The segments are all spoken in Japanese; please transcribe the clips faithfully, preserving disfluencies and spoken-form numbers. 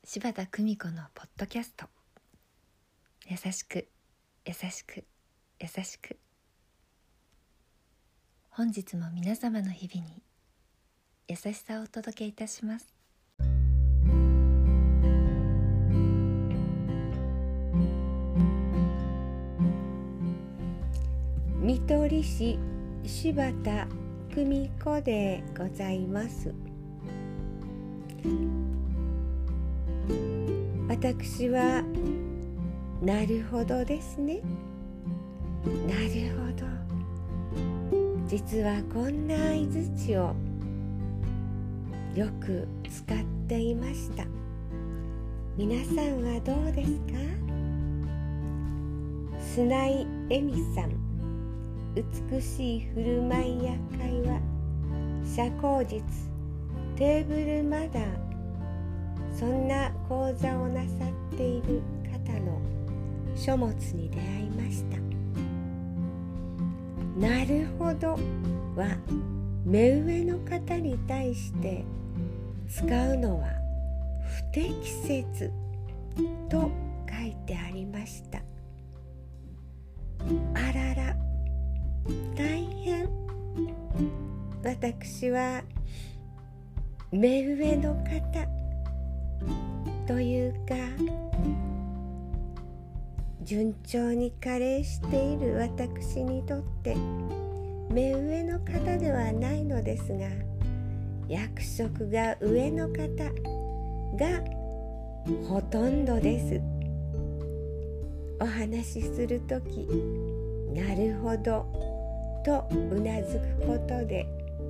柴田久美子のポッドキャスト。優しく優しく優しく。本日も皆様の日々に優しさをお届けいたします。 見取り師柴田久美子でございます。私はなるほどですね。なるほど。実はこんな相槌をよく使っていました。皆さんはどうですか？砂井恵美さん、美しい振る舞いや会話、社交術、テーブルマナー、そんな講座をなさっている方の書物に出会いました。なるほどは目上の方に対して使うのは不適切と書いてありました。あらら、大変。私は目上の方というか、順調に加齢している私にとって目上の方ではないのですが、役職が上の方がほとんどです。お話しするとき、なるほどとうなずくことで、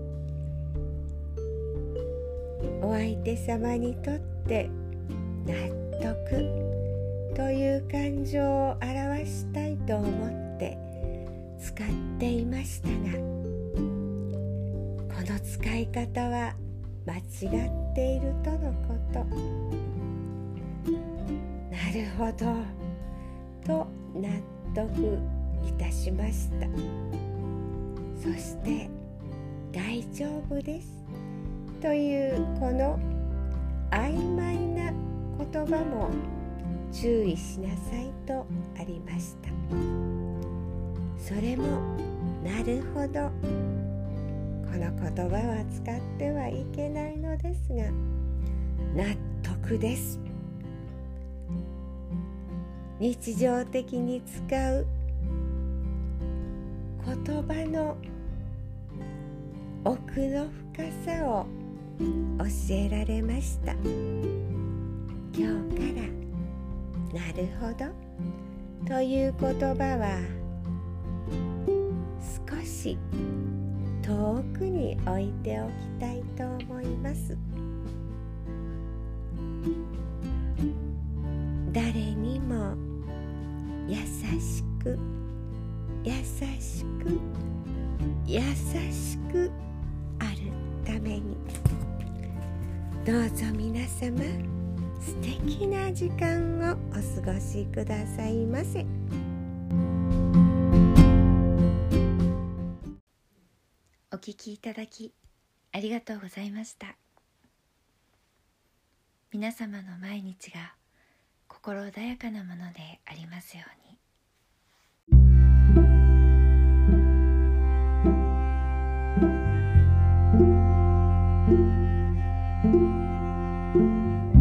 お相手様にとって納得という感情を表したいと思って使っていましたが、この使い方は間違っているとのこと。なるほどと納得いたしました。そして大丈夫ですというこの曖昧な言葉も注意しなさいとありました。それもなるほど、この言葉は使ってはいけないのですが、納得です。日常的に使う言葉の奥の深さを教えられました。今日からなるほどという言葉は少し遠くに置いておきたいと思います。誰にも優しく優しく優しくあるために、どうぞ皆様素敵な時間をお過ごしくださいませ。 お聞きいただきありがとうございました。皆様の毎日が心穏やかなものでありますように。 うん。